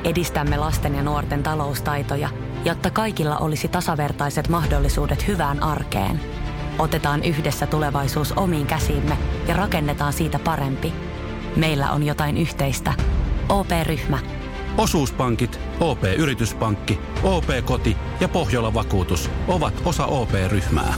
Edistämme lasten ja nuorten taloustaitoja, jotta kaikilla olisi tasavertaiset mahdollisuudet hyvään arkeen. Otetaan yhdessä tulevaisuus omiin käsiimme ja rakennetaan siitä parempi. Meillä on jotain yhteistä. OP-ryhmä. Osuuspankit, OP-yrityspankki, OP-koti ja Pohjola-vakuutus ovat osa OP-ryhmää.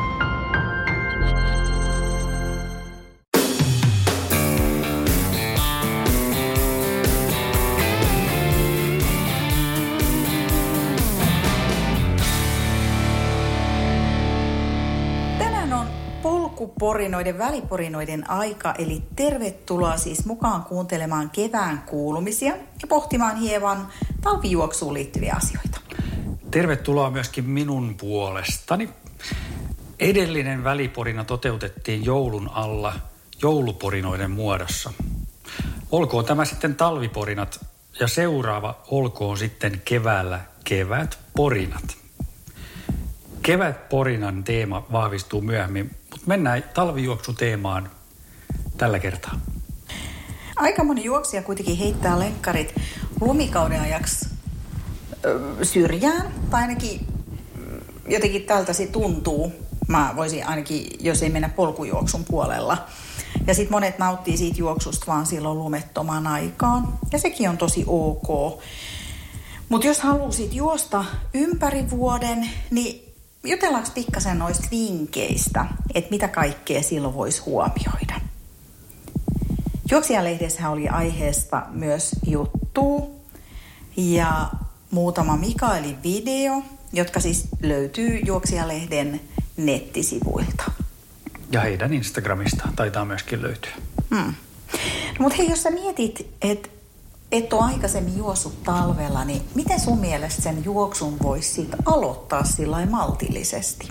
Porinoiden, väliporinoiden aika, eli tervetuloa siis mukaan kuuntelemaan kevään kuulumisia ja pohtimaan hieman talvijuoksuun liittyviä asioita. Tervetuloa myöskin minun puolestani. Edellinen väliporina toteutettiin joulun alla jouluporinoiden muodossa. Olkoon tämä sitten talviporinat ja seuraava olkoon sitten keväällä kevätporinat. Kevätporinan teema vahvistuu myöhemmin, mutta mennään talvijuoksuteemaan tällä kertaa. Aika moni juoksija kuitenkin heittää lenkkarit lumikauden ajaksi syrjään, tai ainakin jotenkin tältä se tuntuu. Mä voisin ainakin, jos ei mennä polkujuoksun puolella. Ja sitten monet nauttii siitä juoksusta vaan silloin lumettomaan aikaan. Ja sekin on tosi ok. Mutta jos haluaisit juosta ympäri vuoden, niin jutellaanko pikkasen noista vinkkeistä, että mitä kaikkea silloin voisi huomioida? Juoksijalehdessä oli aiheesta myös juttu ja muutama Mikaelin video, jotka siis löytyy Juoksijalehden nettisivuilta. Ja heidän Instagramistaan taitaa myöskin löytyä. No, mutta hei, jos sä mietit, että et ole aikaisemmin juossut talvella, niin miten sun mielestä sen juoksun voisi siitä aloittaa sillä maltillisesti?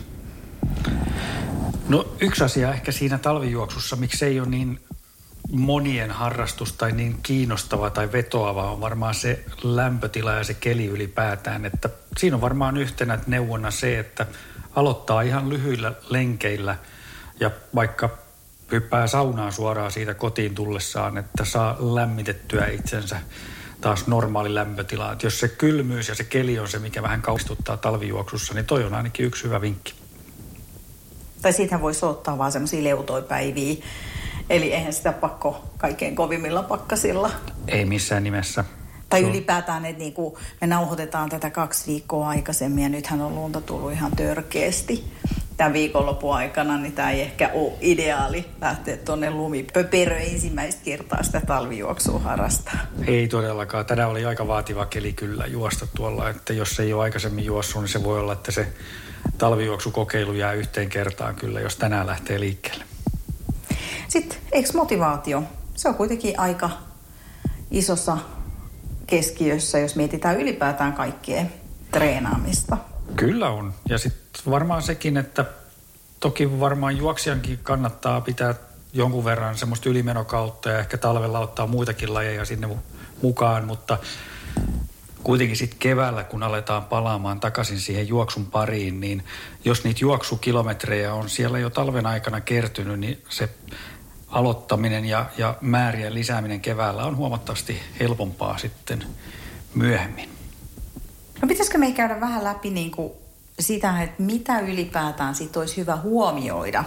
No yksi asia ehkä siinä talvijuoksussa, miksi ei ole niin monien harrastus tai niin kiinnostava tai vetoava, on varmaan se lämpötila ja se keli ylipäätään. Että siinä on varmaan yhtenä neuvona se, että aloittaa ihan lyhyillä lenkeillä ja vaikka hyppää saunaan suoraan siitä kotiin tullessaan, että saa lämmitettyä itsensä taas normaali lämpötila. Että jos se kylmyys ja se keli on se, mikä vähän kaustuttaa talvijuoksussa, niin toi on ainakin yksi hyvä vinkki. Tai siitähän voisi ottaa vaan semmoisia leutoipäiviä. Eli eihän sitä pakko kaikkein kovimmilla pakkasilla. Ei missään nimessä. Tai ylipäätään, että niinku me nauhoitetaan tätä 2 viikkoa aikaisemmin ja nythän on lunta tullut ihan törkeästi. Tämän viikonlopun aikana, niin tämä ei ehkä ole ideaali lähteä tuonne lumipöperöön ensimmäistä kertaa sitä talvijuoksua harrastaa. Ei todellakaan. Tänään oli aika vaativa keli kyllä juosta tuolla, että jos ei ole aikaisemmin juossut, niin se voi olla, että se talvijuoksukokeilu jää yhteen kertaan kyllä, jos tänään lähtee liikkeelle. Sitten, eikö motivaatio? Se on kuitenkin aika isossa keskiössä, jos mietitään ylipäätään kaikkea treenaamista. Kyllä on. Ja sitten varmaan sekin, että toki varmaan juoksijankin kannattaa pitää jonkun verran semmoista ylimenokautta ja ehkä talvella ottaa muitakin lajeja sinne mukaan, mutta kuitenkin sitten keväällä, kun aletaan palaamaan takaisin siihen juoksun pariin, niin jos niitä juoksukilometrejä on siellä jo talven aikana kertynyt, niin se aloittaminen ja määrien lisääminen keväällä on huomattavasti helpompaa sitten myöhemmin. No pitäisikö me käydä vähän läpi niin kuin sitä, että mitä ylipäätään sit olisi hyvä huomioida?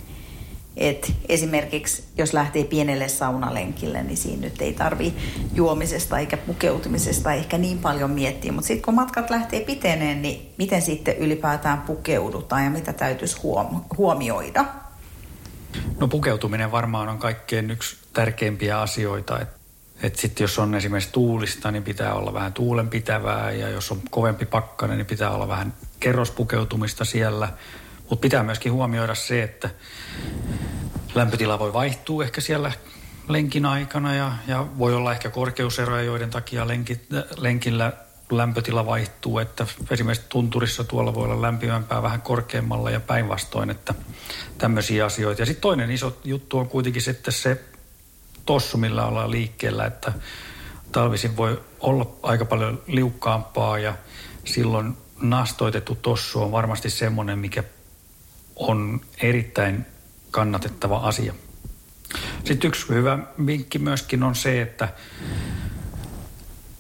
Et esimerkiksi jos lähtee pienelle saunalenkille, niin siinä nyt ei tarvitse juomisesta eikä pukeutumisesta ehkä niin paljon miettiä. Mutta sitten kun matkat lähtee piteneen, niin miten sitten ylipäätään pukeudutaan ja mitä täytyisi huomioida? No pukeutuminen varmaan on kaikkein yksi tärkeimpiä asioita. Että sitten jos on esimerkiksi tuulista, niin pitää olla vähän tuulenpitävää ja jos on kovempi pakkanen, niin pitää olla vähän kerrospukeutumista siellä. Mutta pitää myöskin huomioida se, että lämpötila voi vaihtua ehkä siellä lenkin aikana ja voi olla ehkä korkeuseroja, joiden takia lenkillä lämpötila vaihtuu. Että esimerkiksi tunturissa tuolla voi olla lämpimämpää vähän korkeammalla ja päinvastoin, että tämmöisiä asioita. Ja sitten toinen iso juttu on kuitenkin sitten se tossu, millä ollaan liikkeellä, että talvisin voi olla aika paljon liukkaampaa ja silloin nastoitettu tossu on varmasti semmoinen, mikä on erittäin kannatettava asia. Sitten yksi hyvä vinkki myöskin on se, että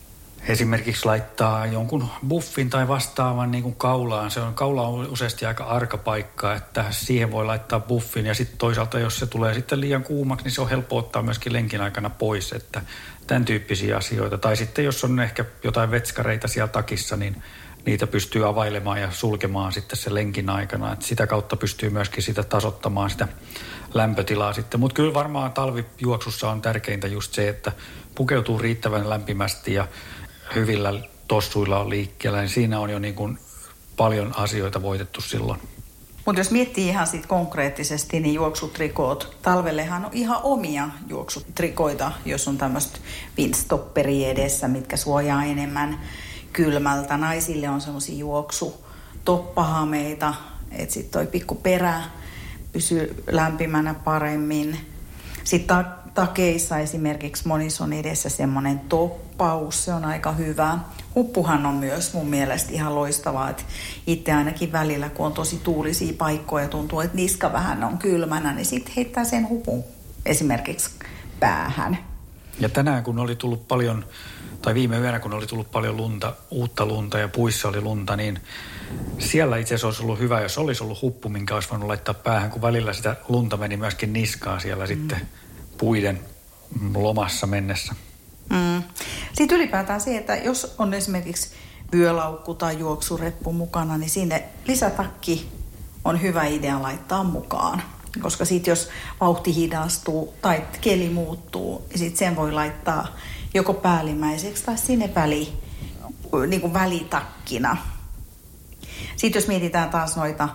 esimerkiksi laittaa jonkun buffin tai vastaavan niin kuin kaulaan. Kaula on useasti aika arka paikka, että siihen voi laittaa buffin. Ja sitten toisaalta, jos se tulee sitten liian kuumaksi, niin se on helppo ottaa myöskin lenkin aikana pois. Että tämän tyyppisiä asioita. Tai sitten, jos on ehkä jotain vetskareita siellä takissa, niin niitä pystyy availemaan ja sulkemaan sitten se lenkin aikana. Että sitä kautta pystyy myöskin sitä tasoittamaan sitä lämpötilaa sitten. Mutta kyllä varmaan talvijuoksussa on tärkeintä just se, että pukeutuu riittävän lämpimästi ja hyvillä tossuilla on liikkeellä, niin siinä on jo niin kuin paljon asioita voitettu silloin. Mutta jos miettii ihan sit konkreettisesti, niin juoksutrikoot, talvellehan on ihan omia juoksutrikoita, jos on tämmöistä windstopperia edessä, mitkä suojaa enemmän kylmältä. Naisille on semmoisia juoksutoppahameita, että sitten toi pikku perä pysyy lämpimänä paremmin. Sitten takeissa esimerkiksi monissa on edessä semmoinen toppaus, se on aika hyvä. Huppuhan on myös mun mielestä ihan loistavaa, että itse ainakin välillä, kun on tosi tuulisia paikkoja ja tuntuu, että niska vähän on kylmänä, niin sitten heittää sen hupun esimerkiksi päähän. Ja tänään kun oli tullut paljon, tai viime yönä kun oli tullut paljon lunta, uutta lunta ja puissa oli lunta, niin siellä itse asiassa olisi ollut hyvä, jos olisi ollut huppu, minkä olisi voinut laittaa päähän, kun välillä sitä lunta meni myöskin niskaan siellä sitten puiden lomassa mennessä. Sitten ylipäätään se, että jos on esimerkiksi vyölaukku tai juoksureppu mukana, niin sinne lisätakki on hyvä idea laittaa mukaan. Koska sitten jos vauhti hidastuu tai keli muuttuu, niin sitten sen voi laittaa joko päällimmäiseksi tai sinne niin kuin välitakkina. Sitten jos mietitään taas noita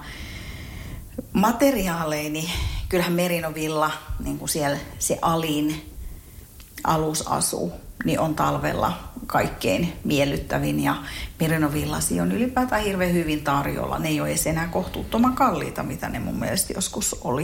materiaaleja, niin kyllähän merinovilla, niin kuin siellä se alin alusasu, niin on talvella kaikkein miellyttävin. Ja merinovillasi on ylipäätään hirveän hyvin tarjolla. Ne ei ole edes enää kohtuuttoman kalliita, mitä ne mun mielestä joskus oli.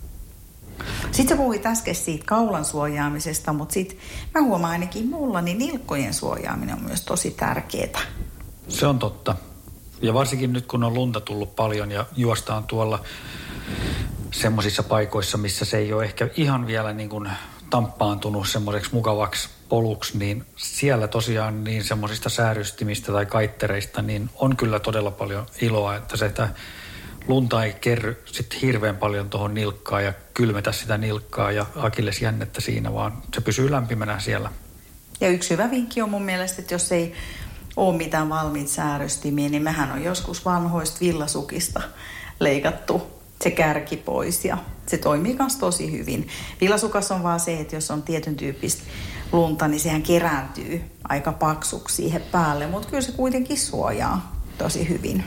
Sitten sä puhuit äsken siitä kaulan suojaamisesta, mutta sitten mä huomaan ainakin mulla, niin nilkkojen suojaaminen on myös tosi tärkeää. Se on totta. Ja varsinkin nyt, kun on lunta tullut paljon ja juostaan tuolla semmoisissa paikoissa, missä se ei ole ehkä ihan vielä niin kuin tamppaantunut semmoiseksi mukavaksi poluksi, niin siellä tosiaan niin semmoisista säärystimistä tai kaittereista, niin on kyllä todella paljon iloa, että se lunta ei kerry sitten hirveän paljon tuohon nilkkaan ja kylmetä sitä nilkkaa ja akillesjännettä siinä, vaan se pysyy lämpimänä siellä. Ja yksi hyvä vinkki on mun mielestä, että jos ei ole mitään valmiit säärystimiä, niin mehän on joskus vanhoista villasukista leikattu se kärki pois ja se toimii myös tosi hyvin. Villasukassa on vaan se, että jos on tietyn tyyppistä lunta, niin sehän kerääntyy aika paksuksi siihen päälle, mutta kyllä se kuitenkin suojaa tosi hyvin.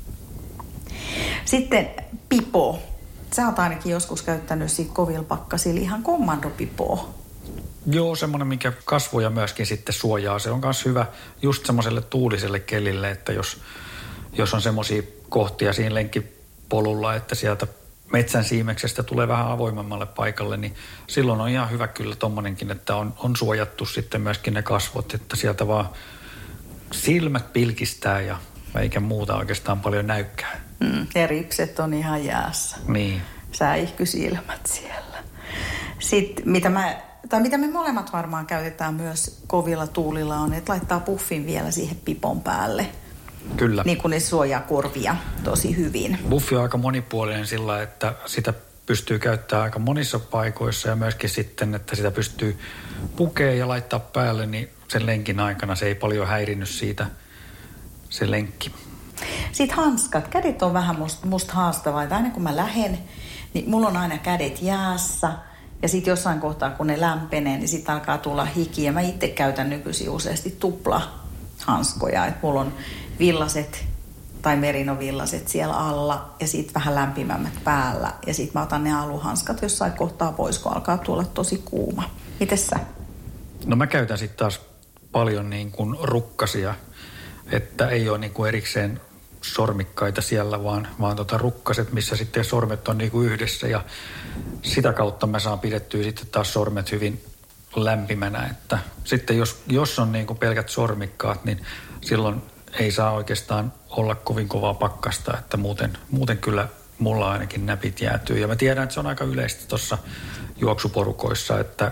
Sitten pipo. Sä oot ainakin joskus käyttänyt siitä kovilla pakkasilla ihan kommandopipoa. Joo, semmoinen, mikä kasvoja myöskin sitten suojaa. Se on myös hyvä just semmoiselle tuuliselle kelille, että jos on semmoisia kohtia siinä lenkkipolulla, että sieltä metsän siimeksestä tulee vähän avoimemmalle paikalle, niin silloin on ihan hyvä kyllä tommonenkin, että on suojattu sitten myöskin ne kasvot, että sieltä vaan silmät pilkistää ja eikä muuta oikeastaan paljon näykään. Ja ripset on ihan jäässä. Niin. Säihkysilmät siellä. Sitten mitä me molemmat varmaan käytetään myös kovilla tuulilla on, että laittaa puffin vielä siihen pipon päälle. Kyllä. Niin kuin ne suojaa korvia tosi hyvin. Buffi on aika monipuolinen sillä, että sitä pystyy käyttämään aika monissa paikoissa ja myöskin sitten, että sitä pystyy pukemaan ja laittaa päälle, niin sen lenkin aikana se ei paljon häirinnyt siitä se lenkki. Sitten hanskat. Kädet on vähän musta haastavaa, että aina kun mä lähden, niin mulla on aina kädet jäässä. Ja sitten jossain kohtaa, kun ne lämpenee, niin sitten alkaa tulla hiki. Ja mä itse käytän nykyisin useasti tuplahanskoja. Että mulla on villaset tai merinovillaset siellä alla ja sitten vähän lämpimämmät päällä. Ja sitten mä otan ne aluhanskat jossain kohtaa pois, kun alkaa tulla tosi kuuma. Mites sä? No mä käytän sitten taas paljon niin kuin rukkasia, että ei ole niin kuin erikseen sormikkaita siellä, vaan rukkaset, missä sitten sormet on niin kuin yhdessä ja sitä kautta mä saan pidettyä sitten taas sormet hyvin lämpimänä, että sitten jos on niin kuin pelkät sormikkaat, niin silloin ei saa oikeastaan olla kovin kovaa pakkasta, että muuten kyllä mulla ainakin näpit jäätyy. Ja mä tiedän, että se on aika yleistä tuossa juoksuporukoissa, että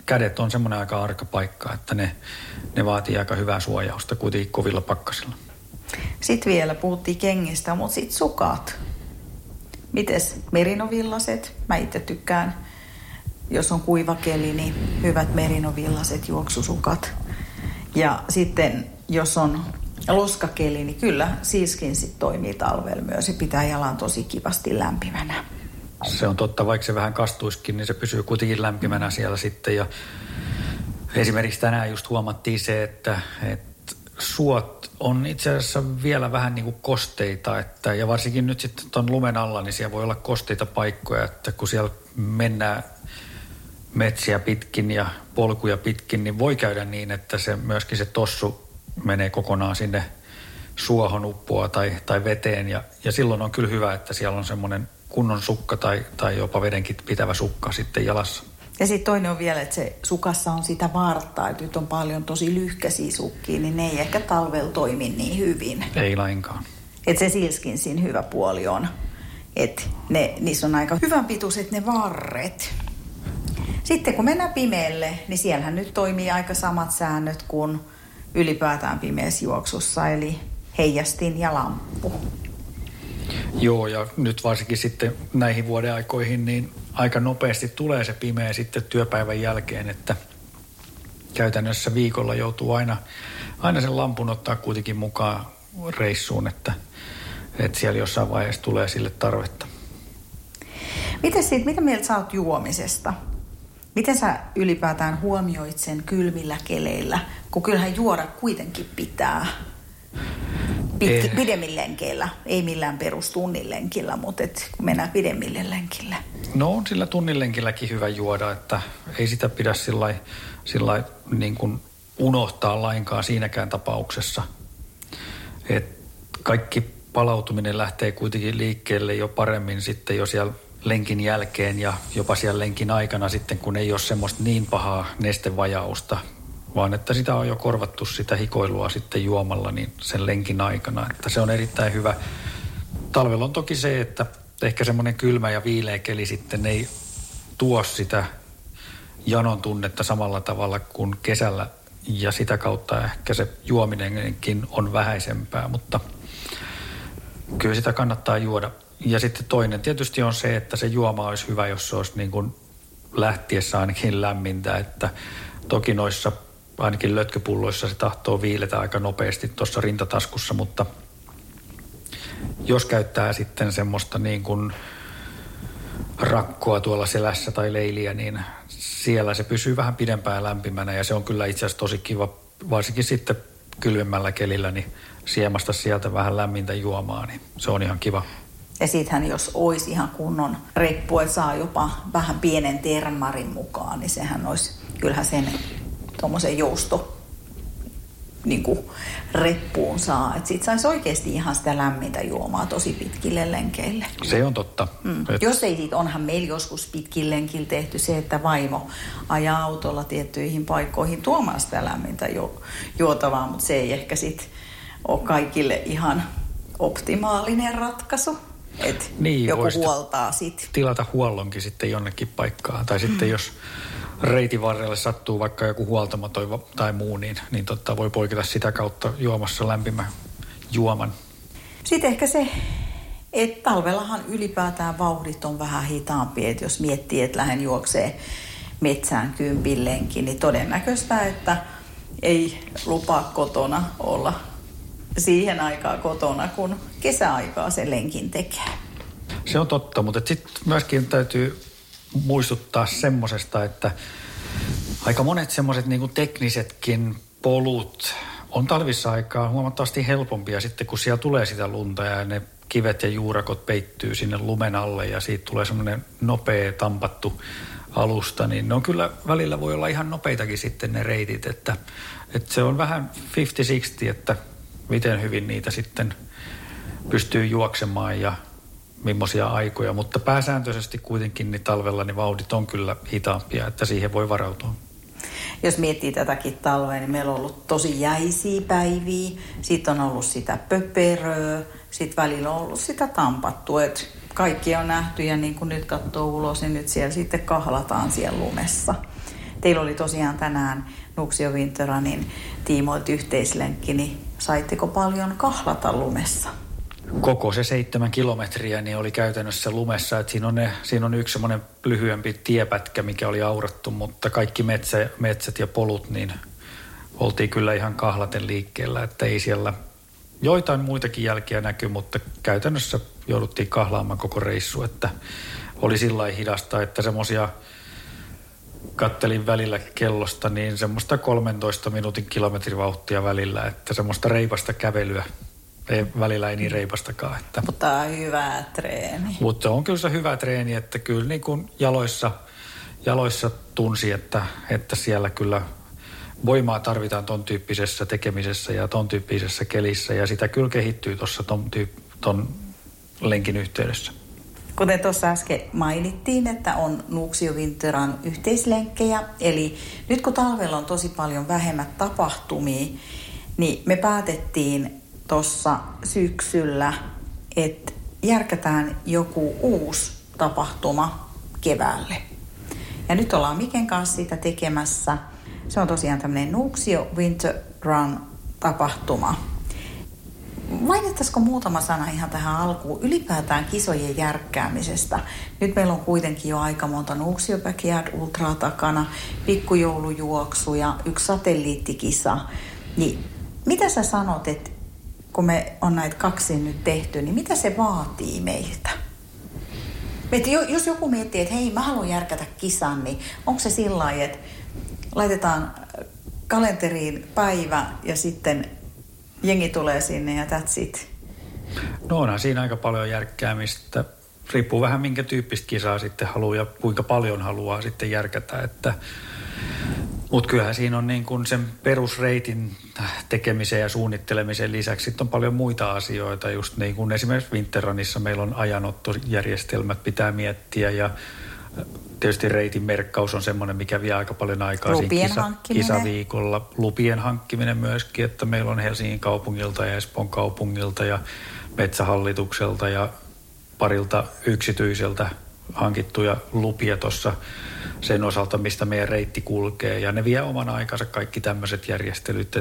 kädet on semmoinen aika arka paikka, että ne vaatii aika hyvää suojausta kuitenkin kovilla pakkasilla. Sitten vielä puhuttiin kengistä, mutta sitten sukat. Mites merinovillaset? Mä itse tykkään, jos on kuiva keli, niin hyvät merinovillaset, juoksusukat. Ja sitten jos on loskakeli, niin kyllä Sealskin sit toimii talvella myös. Se pitää jalan tosi kivasti lämpimänä. Se on totta, vaikka se vähän kastuisikin, niin se pysyy kuitenkin lämpimänä siellä sitten. Ja esimerkiksi tänään just huomattiin se, että suot on itse asiassa vielä vähän niin kuin kosteita. Ja varsinkin nyt sitten tuon lumen alla, niin siellä voi olla kosteita paikkoja. Että kun siellä mennään metsiä pitkin ja polkuja pitkin, niin voi käydä niin, että myöskin se tossu menee kokonaan sinne suohon uppoa tai veteen. Ja silloin on kyllä hyvä, että siellä on semmoinen kunnon sukka tai jopa vedenkin pitävä sukka sitten jalassa. Ja sitten toinen on vielä, että se sukassa on sitä vartaa, että nyt on paljon tosi lyhkäisiä sukkia, niin ne ei ehkä talvella toimi niin hyvin. Ei lainkaan. Että se Sealskin siinä hyvä puoli on, että niissä on aika hyvän pituiset ne varret. Sitten kun mennään pimeälle, niin siellähän nyt toimii aika samat säännöt kuin ylipäätään pimeässä juoksussa, eli heijastin ja lamppu. Joo, ja nyt varsinkin sitten näihin vuoden aikoihin, niin aika nopeasti tulee se pimeä sitten työpäivän jälkeen, että käytännössä viikolla joutuu aina sen lampun ottaa kuitenkin mukaan reissuun, että siellä jossain vaiheessa tulee sille tarvetta. Mitä mieltä sä oot juomisesta? Miten sä ylipäätään huomioit sen kylmillä keleillä, kun kyllähän juoda kuitenkin pitää pidemmillä lenkeillä, ei millään perustunnin lenkillä, mutta kun mennään pidemmille lenkille. No on sillä tunnin lenkilläkin hyvä juoda, että ei sitä pidä sillä niin kuin unohtaa lainkaan siinäkään tapauksessa. Et kaikki palautuminen lähtee kuitenkin liikkeelle jo paremmin sitten jo siellä lenkin jälkeen ja jopa siellä lenkin aikana sitten, kun ei ole semmoista niin pahaa nestevajausta, vaan että sitä on jo korvattu sitä hikoilua sitten juomalla niin sen lenkin aikana. Että se on erittäin hyvä. Talvella on toki se, että ehkä semmoinen kylmä ja viileä keli sitten ei tuo sitä janon tunnetta samalla tavalla kuin kesällä. Ja sitä kautta ehkä se juominenkin on vähäisempää, mutta kyllä sitä kannattaa juoda. Ja sitten toinen tietysti on se, että se juoma olisi hyvä, jos se olisi niin kuin lähtiessä ainakin lämmintä. Että toki noissa ainakin lötköpulloissa se tahtoo viiletä aika nopeasti tuossa rintataskussa, mutta jos käyttää sitten semmoista niin kuin rakkoa tuolla selässä tai leiliä, niin siellä se pysyy vähän pidempään lämpimänä ja se on kyllä itse asiassa tosi kiva, varsinkin sitten kylmemmällä kelillä, niin siemasta sieltä vähän lämmintä juomaa, niin se on ihan kiva. Ja sittenhän jos olisi ihan kunnon reppu, että saa jopa vähän pienen termarin mukaan, niin sehän olisi, kyllähän sen tuommoisen jousto niin kuin reppuun saa. Että sit saisi oikeasti ihan sitä lämmintä juomaa tosi pitkille lenkeille. Se on totta. Jos ei siitä, onhan meillä joskus pitkille lenkille tehty se, että vaimo ajaa autolla tiettyihin paikkoihin tuomaan sitä lämmintä juotavaa, mutta se ei ehkä sitten ole kaikille ihan optimaalinen ratkaisu. Että niin, joku huoltaa sit. Tilata huollonkin sitten jonnekin paikkaan. Tai sitten jos reitin varrelle sattuu vaikka joku huoltamo tai muu, niin voi poiketa sitä kautta juomassa lämpimän juoman. Sitten ehkä se, että talvellahan ylipäätään vauhdit on vähän hitaampia. Että jos miettii, että lähden juoksee metsään kympillenkin, niin todennäköistä, että ei lupaa kotona olla siihen aikaan kotona, kun kesäaikaa sen lenkin tekee. Se on totta, mutta sitten myöskin täytyy muistuttaa semmosesta, että aika monet semmoiset niinku teknisetkin polut on talvissa aikaa huomattavasti helpompia sitten, kun siellä tulee sitä lunta ja ne kivet ja juurakot peittyy sinne lumen alle ja siitä tulee semmoinen nopea tampattu alusta, niin ne on kyllä välillä voi olla ihan nopeitakin sitten ne reitit, että se on vähän 50-60, että miten hyvin niitä sitten pystyy juoksemaan ja millaisia aikoja, mutta pääsääntöisesti kuitenkin niin talvella niin vauhdit on kyllä hitaampia, että siihen voi varautua. Jos miettii tätäkin talvea, niin meillä on ollut tosi jäisiä päiviä, sitten on ollut sitä pöperöä, sitten välillä on ollut sitä tampattua, että kaikki on nähty ja niin kuin nyt katsoo ulos, niin nyt siellä sitten kahlataan siellä lumessa. teillä oli tosiaan tänään Nuuksio Winterrunin tiimoilta yhteislenkki, niin saitteko paljon kahlata lumessa? Koko se 7 kilometriä niin oli käytännössä lumessa, että siinä on yksi semmoinen lyhyempi tiepätkä, mikä oli aurattu, mutta kaikki metsät ja polut, niin oltiin kyllä ihan kahlaten liikkeellä, että ei siellä joitain muitakin jälkiä näky, mutta käytännössä jouduttiin kahlaamaan koko reissu, että oli sillä lailla hidasta, että semmoisia kattelin välillä kellosta, niin semmoista 13 minuutin kilometrivauhtia välillä, että semmoista reipasta kävelyä. Välillä ei niin reipastakaan. Että. Mutta hyvä treeni. Mutta on kyllä se hyvä treeni, että kyllä niin kuin jaloissa tunsi, että siellä kyllä voimaa tarvitaan ton tyyppisessä tekemisessä ja ton tyyppisessä kelissä. Ja sitä kyllä kehittyy tuossa ton lenkin yhteydessä. Kuten tuossa äsken mainittiin, että on Nuuksio Winterrun yhteislenkkejä. Eli nyt kun talvella on tosi paljon vähemmät tapahtumia, niin me päätettiin tuossa syksyllä, että järkätään joku uusi tapahtuma keväälle. Ja nyt ollaan Miken kanssa sitä tekemässä. Se on tosiaan tämmöinen Nuuksio Winterrun tapahtuma. Mainittaisiko muutama sana ihan tähän alkuun ylipäätään kisojen järkkäämisestä? Nyt meillä on kuitenkin jo aika monta Nuuksio Backyard Ultraa takana, pikkujoulujuoksu ja yksi satelliittikisa. Niin mitä sä sanot, että kun me on näitä 2 nyt tehty, niin mitä se vaatii meiltä? Jos joku miettii, että hei, mä haluan järkätä kisan, niin onko se sillä lailla, että laitetaan kalenteriin päivä ja sitten jengi tulee sinne ja that's it? No onhan siinä aika paljon järkkäämistä. Riippuu vähän minkä tyyppistä kisaa sitten haluaa ja kuinka paljon haluaa sitten järkätä, mutta kyllähän siinä on niin kuin sen perusreitin tekemisen ja suunnittelemisen lisäksi sitten on paljon muita asioita. Just niin kuin esimerkiksi Winterrunissa meillä on ajanottojärjestelmät pitää miettiä ja tietysti reitin merkkaus on semmoinen, mikä vie aika paljon aikaa siinä kisaviikolla. Lupien hankkiminen myöskin, että meillä on Helsingin kaupungilta ja Espoon kaupungilta ja Metsähallitukselta ja parilta yksityiseltä hankittuja lupia tuossa sen osalta, mistä meidän reitti kulkee. Ja ne vie oman aikansa kaikki tämmöiset järjestelyt.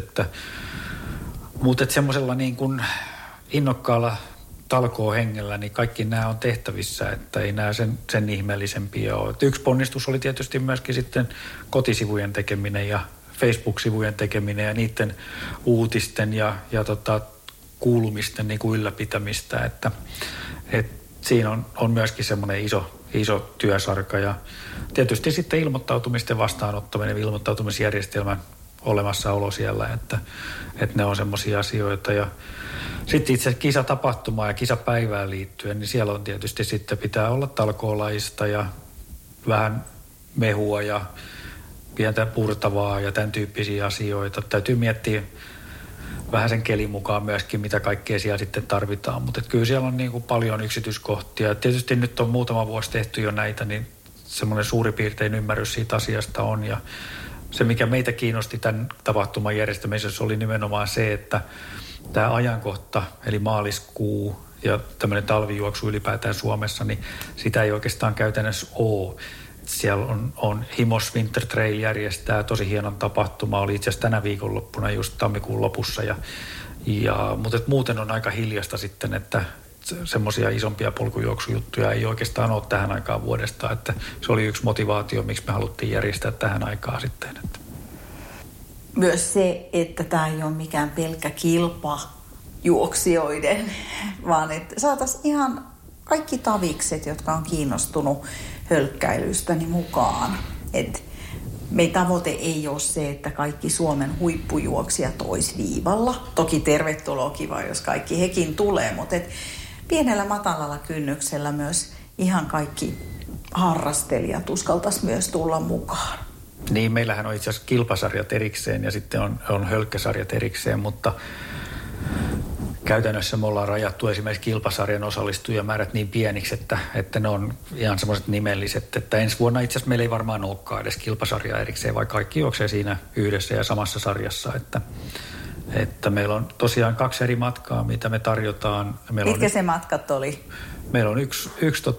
Mutta semmoisella niin kuin innokkaalla talkoohengellä, niin kaikki nämä on tehtävissä, että ei nämä sen ihmeellisempiä ole. Yksi ponnistus oli tietysti myöskin sitten kotisivujen tekeminen ja Facebook-sivujen tekeminen ja niiden uutisten ja kuulumisten niin kuin ylläpitämistä, että siinä on myöskin semmoinen iso työsarka ja tietysti sitten ilmoittautumisten vastaanottaminen, ilmoittautumisjärjestelmän olemassaolo siellä, että ne on semmoisia asioita ja sitten itse kisatapahtumaan ja kisapäivään liittyen, niin siellä on tietysti sitten pitää olla talkoolaista ja vähän mehua ja pientä purtavaa ja tämän tyyppisiä asioita. Täytyy miettiä vähän sen kelin mukaan myöskin, mitä kaikkea siellä sitten tarvitaan. Mutta kyllä siellä on niin kuin paljon yksityiskohtia. Tietysti nyt on muutama vuosi tehty jo näitä, niin semmoinen suurin piirtein ymmärrys siitä asiasta on. Ja se, mikä meitä kiinnosti tämän tapahtuman järjestämisessä, oli nimenomaan se, että tämä ajankohta, eli maaliskuu ja tämmöinen talvijuoksu ylipäätään Suomessa, niin sitä ei oikeastaan käytännössä ole. Siellä on Himos Winter Trail järjestää tosi hienon tapahtuma. Oli itse asiassa tänä viikonloppuna just tammikuun lopussa. Mutta muuten on aika hiljasta sitten, että semmoisia isompia polkujuoksujuttuja ei oikeastaan ole tähän aikaan vuodesta. Että se oli yksi motivaatio, miksi me haluttiin järjestää tähän aikaan sitten. Myös se, että tämä ei ole mikään pelkkä kilpa juoksijoiden, vaan että saataisiin ihan kaikki tavikset, jotka on kiinnostunut hölkkäilystä, niin mukaan. Et meidän tavoite ei ole se, että kaikki Suomen huippujuoksijat olisi viivalla. Toki tervetuloa, kiva, jos kaikki hekin tulee, mutta pienellä matalalla kynnyksellä myös ihan kaikki harrastelijat uskaltaisi myös tulla mukaan. Niin, meillähän on itse asiassa kilpasarjat erikseen ja sitten on hölkkäsarjat erikseen, mutta käytännössä me ollaan rajattu esimerkiksi kilpasarjan osallistujamäärät niin pieniksi, että ne on ihan semmoiset nimelliset, että ensi vuonna itse asiassa meillä ei varmaan olekaan edes kilpasarjaa erikseen, vaikka kaikki juoksee siinä yhdessä ja samassa sarjassa, Että meillä on tosiaan 2 eri matkaa, mitä me tarjotaan. Mitkä se matkat oli? Meillä on yksi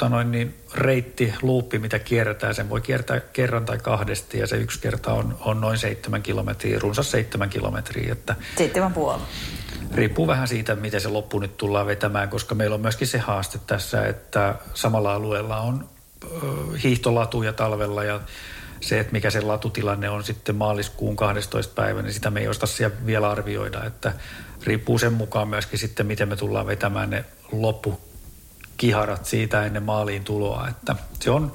reitti, luuppi, mitä kierretään. Sen voi kiertää kerran tai 2 ja se yksi kerta on noin 7 kilometriä, runsas 7 kilometriä. 7,5. Riippuu vähän siitä, miten se loppu nyt tullaan vetämään, koska meillä on myöskin se haaste tässä, että samalla alueella on hiihtolatuja talvella ja se, että mikä se latutilanne on sitten maaliskuun 12. päivä, niin sitä me ei osata vielä arvioida, että riippuu sen mukaan myöskin sitten, miten me tullaan vetämään ne loppukiharat siitä ennen maaliin tuloa, että se on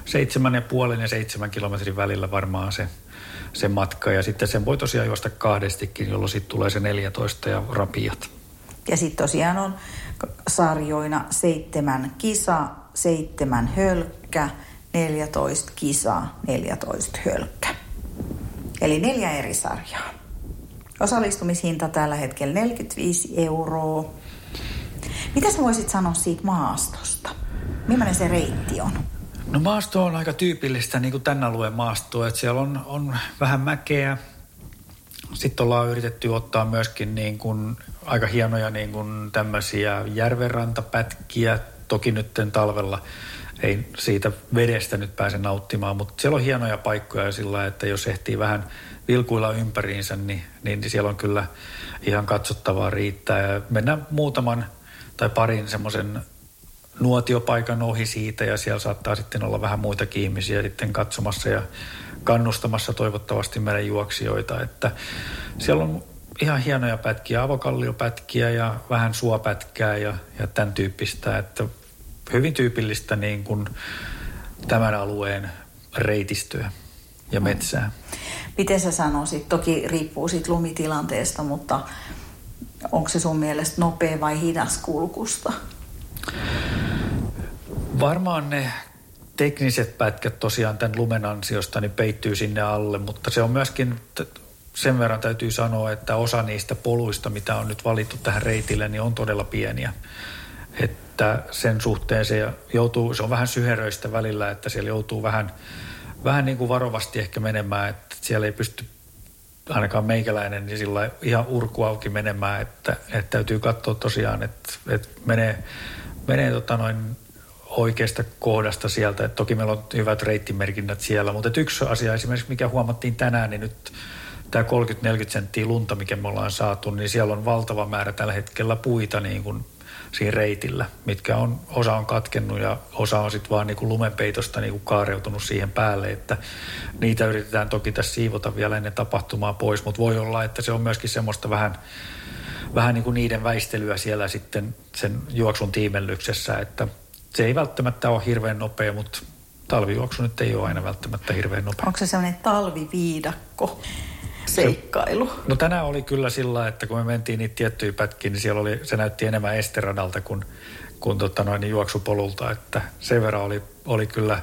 7,5 ja 7 kilometrin välillä varmaan se matka ja sitten sen voi tosiaan juosta 2:stikin, jolloin sitten tulee se 14 ja rapiat. Ja sitten tosiaan on sarjoina 7 kisa, 7 hölkkä, 14 kisa, 14 hölkkä. Eli 4 eri sarjaa. Osallistumishinta tällä hetkellä 45 €. Mitä sä voisit sanoa siitä maastosta? Millainen se reitti on? No maasto on aika tyypillistä niin kuin tämän alueen maastoa, että siellä on vähän mäkeä. Sitten ollaan yritetty ottaa myöskin niin kuin aika hienoja niin kuin tämmöisiä järvenrantapätkiä. Toki nyt talvella ei siitä vedestä nyt pääse nauttimaan, mutta siellä on hienoja paikkoja sillä, että jos ehtii vähän vilkuilla ympäriinsä, niin siellä on kyllä ihan katsottavaa riittää. Ja mennään muutaman tai parin semmoisen nuotiopaikan ohi siitä ja siellä saattaa sitten olla vähän muitakin ihmisiä sitten katsomassa ja kannustamassa toivottavasti meidän juoksijoita, että siellä on ihan hienoja pätkiä, avokalliopätkiä ja vähän suopätkää ja tämän tyyppistä, että hyvin tyypillistä niin kuin tämän alueen reitistöä ja metsää. Miten sä sanoisit? Toki riippuu siitä lumitilanteesta, mutta onko se sun mielestä nopea vai hidas kulkusta? Varmaan ne tekniset pätkät tosiaan tämän lumen ansiosta niin peittyy sinne alle, mutta se on myöskin, sen verran täytyy sanoa, että osa niistä poluista, mitä on nyt valittu tähän reitille, niin on todella pieniä. Että sen suhteen se on vähän syheröistä välillä, että siellä joutuu vähän niin kuin varovasti ehkä menemään, että siellä ei pysty ainakaan meikäläinen niin sillä ihan urku auki menemään, että täytyy katsoa tosiaan, että menee oikeasta kohdasta sieltä. Et toki meillä on hyvät reittimerkinnät siellä, mutta yksi asia esimerkiksi, mikä huomattiin tänään, niin nyt tämä 30-40 senttiä lunta, mikä me ollaan saatu, niin siellä on valtava määrä tällä hetkellä puita niin kuin siinä reitillä, mitkä osa on katkennut ja osa on sitten vaan niin kuin lumenpeitosta niin kuin kaareutunut siihen päälle, että niitä yritetään toki tässä siivota vielä ennen tapahtumaa pois, mutta voi olla, että se on myöskin semmoista vähän niin kuin niiden väistelyä siellä sitten sen juoksun tiimellyksessä, että se ei välttämättä ole hirveän nopea, mutta talvijuoksu nyt ei ole aina välttämättä hirveän nopea. Onko se sellainen talviviidakko seikkailu? No tänään oli kyllä sillä, että kun me mentiin niitä tiettyjä pätkiä, niin siellä se näytti enemmän esteradalta kuin juoksupolulta, että sen verran oli kyllä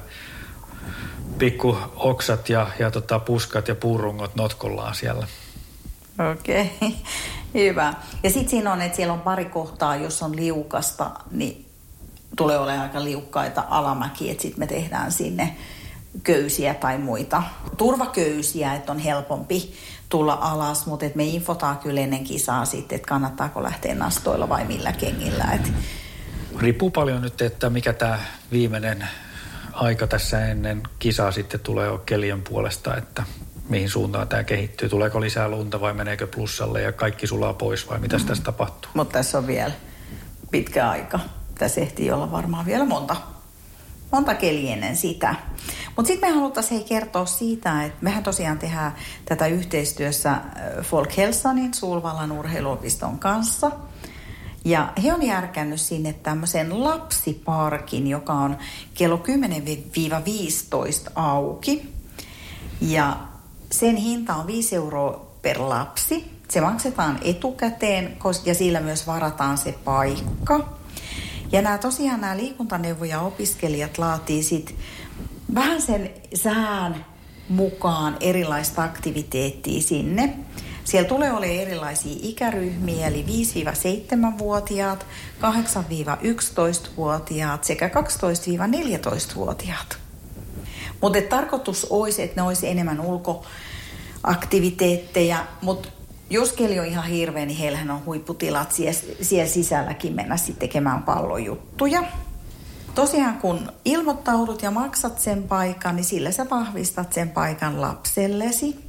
pikku oksat ja puskat ja puurungot notkollaan siellä. Okei, hyvä. Ja sitten siinä on, että siellä on pari kohtaa, jos on liukasta, niin tulee olemaan aika liukkaita alamäkiä, että sitten me tehdään sinne köysiä tai muita turvaköysiä, että on helpompi tulla alas, mutta me infotaan kyllä ennen kisaa sitten, että kannattaako lähteä nastoilla vai millä kengillä. Riippuu paljon nyt, että mikä tämä viimeinen aika tässä ennen kisaa sitten tulee kelien puolesta, että mihin suuntaan tämä kehittyy. Tuleeko lisää lunta vai meneekö plussalle ja kaikki sulaa pois vai mitä tässä tapahtuu? Mutta tässä on vielä pitkä aika. Tässä ehtii olla varmaan vielä monta keliä ennen sitä. Mutta sitten me haluttaisiin kertoa siitä, että mehän tosiaan tehdään tätä yhteistyössä Folkhälsanin Sulvallan urheiluopiston kanssa. Ja he on järkännyt sinne tämmöisen lapsiparkin, joka on kello 10-15 auki. Ja sen hinta on 5 € per lapsi. Se maksetaan etukäteen ja sillä myös varataan se paikka. Ja nämä liikuntaneuvoja opiskelijat laatii sitten vähän sen sään mukaan erilaista aktiviteettia sinne. Siellä tulee olemaan erilaisia ikäryhmiä, eli 5-7-vuotiaat, 8-11-vuotiaat sekä 12-14-vuotiaat. Mutta tarkoitus olisi, että ne olisi enemmän ulkoaktiviteetteja, mutta Jos keli on ihan hirveä, niin heillähän on huipputilat siellä sisälläkin mennä sitten tekemään pallojuttuja. Tosiaan kun ilmoittaudut ja maksat sen paikan, niin sillä sä vahvistat sen paikan lapsellesi.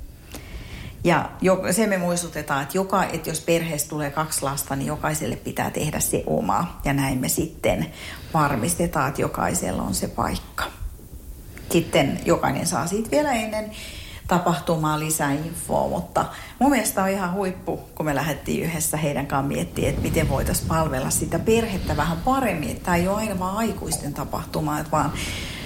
Ja se me muistutetaan, että jos perheessä tulee 2 lasta, niin jokaiselle pitää tehdä se oma. Ja näin me sitten varmistetaan, että jokaisella on se paikka. Sitten jokainen saa siitä vielä ennen tapahtumaa lisäinfoa, mutta mun mielestä on ihan huippu, kun me lähdettiin yhdessä heidän kanssaan miettimään, että miten voitaisiin palvella sitä perhettä vähän paremmin. Että tämä ei ole aina vaan aikuisten tapahtuma, että vaan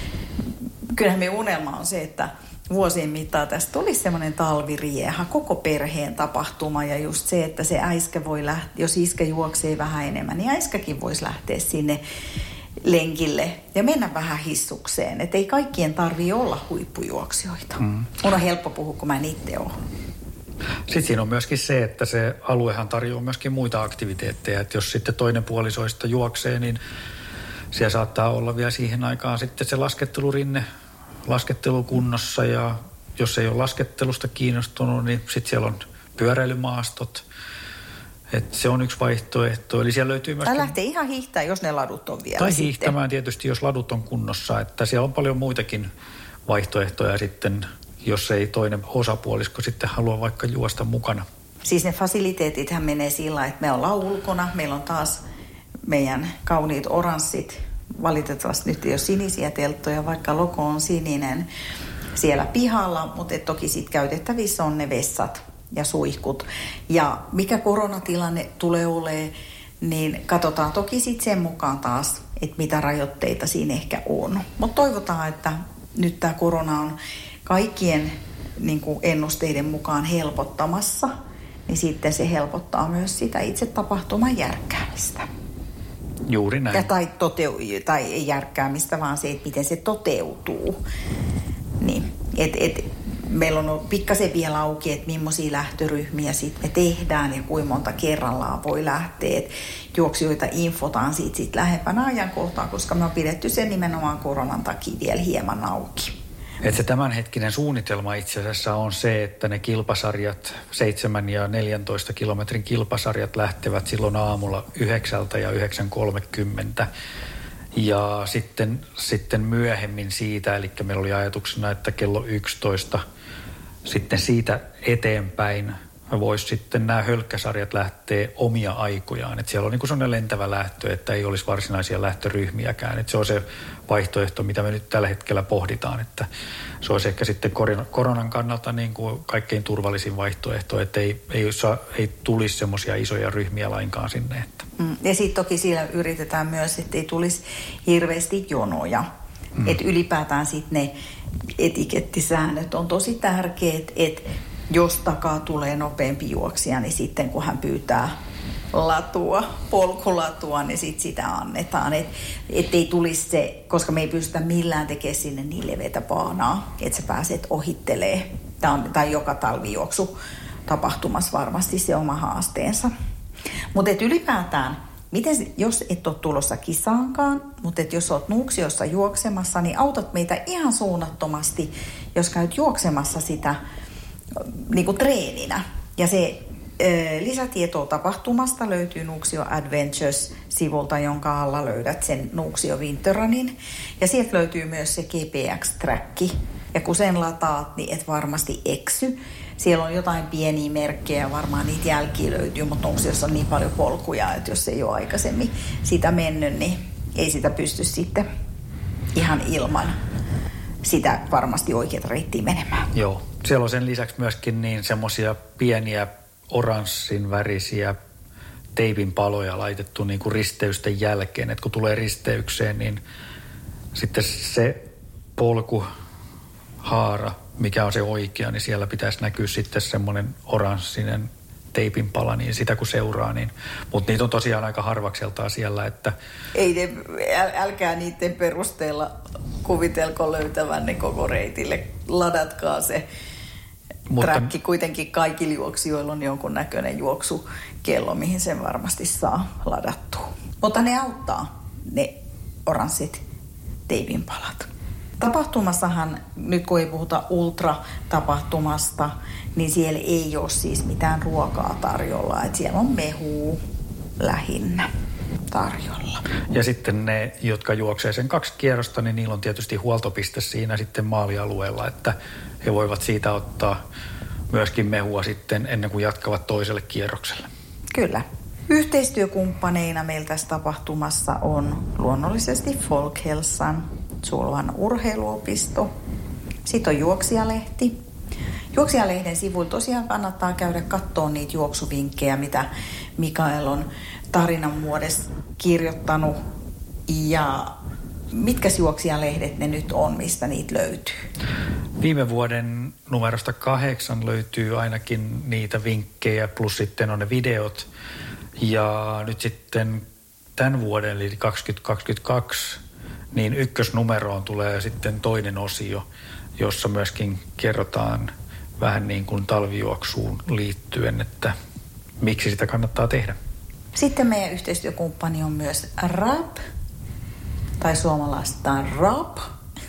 kyllähän meidän unelma on se, että vuosien mittaan tästä tulisi semmoinen talvirieha, koko perheen tapahtuma ja just se, että se äiskä voi lähteä, jos iskä juoksee vähän enemmän, niin äiskäkin voisi lähteä sinne lenkille ja mennä vähän hissukseen. Että ei kaikkien tarvitse olla huippujuoksijoita. Mun on helppo puhua, kun mä en itse ole. Sitten siinä on myöskin se, että se aluehan tarjoaa myöskin muita aktiviteetteja. Että jos sitten toinen puolisoista juoksee, niin siellä saattaa olla vielä siihen aikaan sitten se laskettelurinne laskettelukunnossa. Ja jos ei ole laskettelusta kiinnostunut, niin sitten siellä on pyöräilymaastot. Että se on yksi vaihtoehto. Eli siellä löytyy myöskin... Tai lähtee ihan hiihtää, jos ne ladut on vielä. Tai sitten hiihtämään tietysti, jos ladut on kunnossa. Että siellä on paljon muitakin vaihtoehtoja sitten, jos ei toinen osapuolisko sitten halua vaikka juosta mukana. Siis ne fasiliteetithän menee sillä, että me ollaan ulkona. Meillä on taas meidän kauniit oranssit. Valitettavasti nyt ei ole sinisiä telttoja, vaikka logo on sininen siellä pihalla. Mutta toki sitten käytettävissä on ne vessat ja suihkut. Ja mikä koronatilanne tulee olemaan, niin katsotaan toki sitten sen mukaan taas, että mitä rajoitteita siinä ehkä on. Mutta toivotaan, että nyt tämä korona on kaikkien niin kuin ennusteiden mukaan helpottamassa, niin sitten se helpottaa myös sitä itse tapahtuman järkkäämistä. Juuri näin. Ja tai ei järkkäämistä, vaan se, että miten se toteutuu. Niin, meillä on pikkasen vielä auki, että millaisia lähtöryhmiä sitten me tehdään ja kuinka monta kerrallaan voi lähteä. Et juoksijoita infotaan siitä sit lähempänä ajankohtaa, koska me on pidetty sen nimenomaan koronan takia vielä hieman auki. Että se tämänhetkinen suunnitelma itse asiassa on se, että ne kilpasarjat, 7 ja 14 kilometrin kilpasarjat lähtevät silloin aamulla 9 ja 9.30. Ja sitten myöhemmin siitä, eli meillä oli ajatuksena, että kello 11 sitten siitä eteenpäin voisi sitten nämä hölkkäsarjat lähteä omia aikojaan. Että siellä on niin kuin sellainen lentävä lähtö, että ei olisi varsinaisia lähtöryhmiäkään. Että se on se vaihtoehto, mitä me nyt tällä hetkellä pohditaan. Että se olisi ehkä sitten koronan kannalta niin kuin kaikkein turvallisin vaihtoehto, että ei tulisi semmoisia isoja ryhmiä lainkaan sinne. Että. Ja sitten toki siellä yritetään myös, että ei tulisi hirveästi jonoja. Että ylipäätään sitten ne etikettisäännöt on tosi tärkeät, että jos takaa tulee nopeampi juoksija, niin sitten kun hän pyytää polkulatua, niin sitten sitä annetaan. Että ei tulisi se, koska me ei pystytä millään tekemään sinne niin leveätä baanaa, että sä pääset ohittelee. Tai joka talvijuoksu tapahtumassa varmasti se oma haasteensa. Mutta ylipäätään, jos et ole tulossa kisaankaan, mutta jos olet Nuuksiossa juoksemassa, niin autat meitä ihan suunnattomasti, jos käyt juoksemassa sitä niin kuin treeninä. Ja se lisätietoa tapahtumasta löytyy Nuuksio Adventures-sivulta, jonka alla löydät sen Nuuksio Winterrunin. Ja sieltä löytyy myös se GPX-träkki. Ja kun sen lataat, niin et varmasti eksy. Siellä on jotain pieniä merkkejä, varmaan niitä jälkiä löytyy, mutta Nuuksiossa on niin paljon polkuja, että jos ei ole aikaisemmin sitä mennyt, niin ei sitä pysty sitten ihan ilman sitä varmasti oikeat reittiä menemään. Joo. Siellä on sen lisäksi myöskin niin semmoisia pieniä oranssin värisiä teipin paloja laitettu niin kuin risteysten jälkeen. Että kun tulee risteykseen, niin sitten se polkuhaara, mikä on se oikea, niin siellä pitäisi näkyä sitten semmoinen oranssinen teipin pala, niin sitä kun seuraa, niin... Mutta niitä on tosiaan aika harvakseltaan siellä, että... Älkää niiden perusteella kuvitelko löytävänne koko reitille. Ladatkaa se träkki. Kuitenkin kaikilla juoksijoilla on jonkunnäköinen juoksukello, mihin sen varmasti saa ladattua. Mutta ne auttaa, ne oranssit teipin palat. Tapahtumassahan, nyt kun ei puhuta ultratapahtumasta, niin siellä ei ole siis mitään ruokaa tarjolla. Että siellä on mehua lähinnä tarjolla. Ja sitten ne, jotka juoksee sen 2 kierrosta, niin niillä on tietysti huoltopiste siinä sitten maalialueella, että he voivat siitä ottaa myöskin mehua sitten ennen kuin jatkavat toiselle kierrokselle. Kyllä. Yhteistyökumppaneina meillä tässä tapahtumassa on luonnollisesti Folkhälsan, Suolovan urheiluopisto. Sitten on Juoksijalehti. Juoksijalehden sivuilla tosiaan kannattaa käydä katsoa niitä juoksuvinkkejä, mitä Mikael on tarinan muodossa kirjoittanut. Ja mitkä Juoksijalehdet ne nyt on, mistä niitä löytyy? Viime vuoden numerosta 8 löytyy ainakin niitä vinkkejä, plus sitten on ne videot. Ja nyt sitten tämän vuoden, eli 2022, niin ykkösnumeroon tulee sitten toinen osio, jossa myöskin kerrotaan vähän niin kuin talvijuoksuun liittyen, että miksi sitä kannattaa tehdä. Sitten meidän yhteistyökumppani on myös RAP, tai suomalaistaan RAP.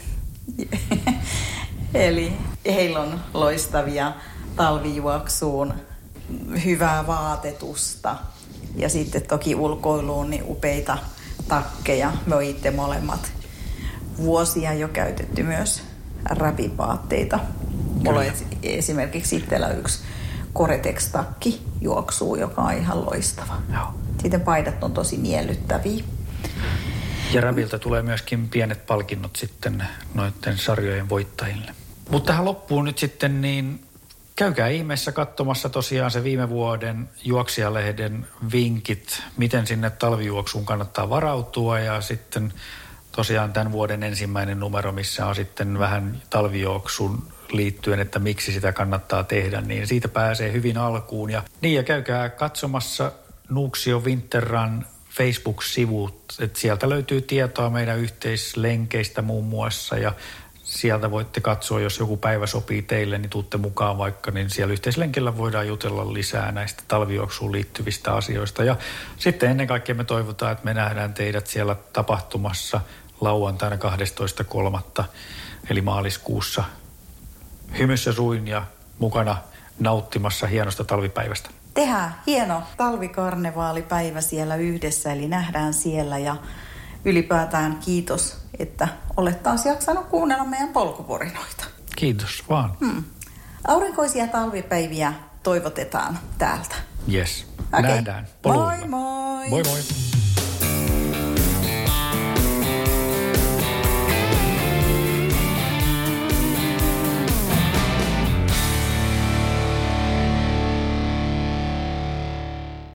Eli heillä on loistavia talvijuoksuun, hyvää vaatetusta ja sitten toki ulkoiluun niin upeita takkeja. Me on itse molemmat vuosia jo käytetty myös RAP-vaatteita. Mulla on esimerkiksi itsellä yksi Gore-Tex-takki juoksuu, joka on ihan loistava. Joo. Sitten paidat on tosi miellyttäviä. Ja RAPilta tulee myöskin pienet palkinnot sitten noiden sarjojen voittajille. Mutta tähän loppuun nyt sitten niin käykää ihmeessä katsomassa tosiaan se viime vuoden Juoksijalehden vinkit, miten sinne talvijuoksuun kannattaa varautua ja sitten tosiaan tämän vuoden ensimmäinen numero, missä on sitten vähän talvijuoksun liittyen, että miksi sitä kannattaa tehdä, niin siitä pääsee hyvin alkuun. Ja käykää katsomassa Nuuksio Winter Run Facebook-sivut, että sieltä löytyy tietoa meidän yhteislenkeistä muun muassa ja sieltä voitte katsoa, jos joku päivä sopii teille, niin tuutte mukaan vaikka, niin siellä yhteislenkillä voidaan jutella lisää näistä talvijuoksuun liittyvistä asioista. Ja sitten ennen kaikkea me toivotaan, että me nähdään teidät siellä tapahtumassa lauantaina 12.3. eli maaliskuussa hymyssä suin ja mukana nauttimassa hienosta talvipäivästä. Tehdään hieno talvikarnevaalipäivä siellä yhdessä, eli nähdään siellä ja ylipäätään kiitos, että olet taas jaksanut kuunnella meidän polkuporinoita. Kiitos vaan. Aurinkoisia talvipäiviä toivotetaan täältä. Yes, Okay. nähdään poluilla. Moi moi! Moi moi!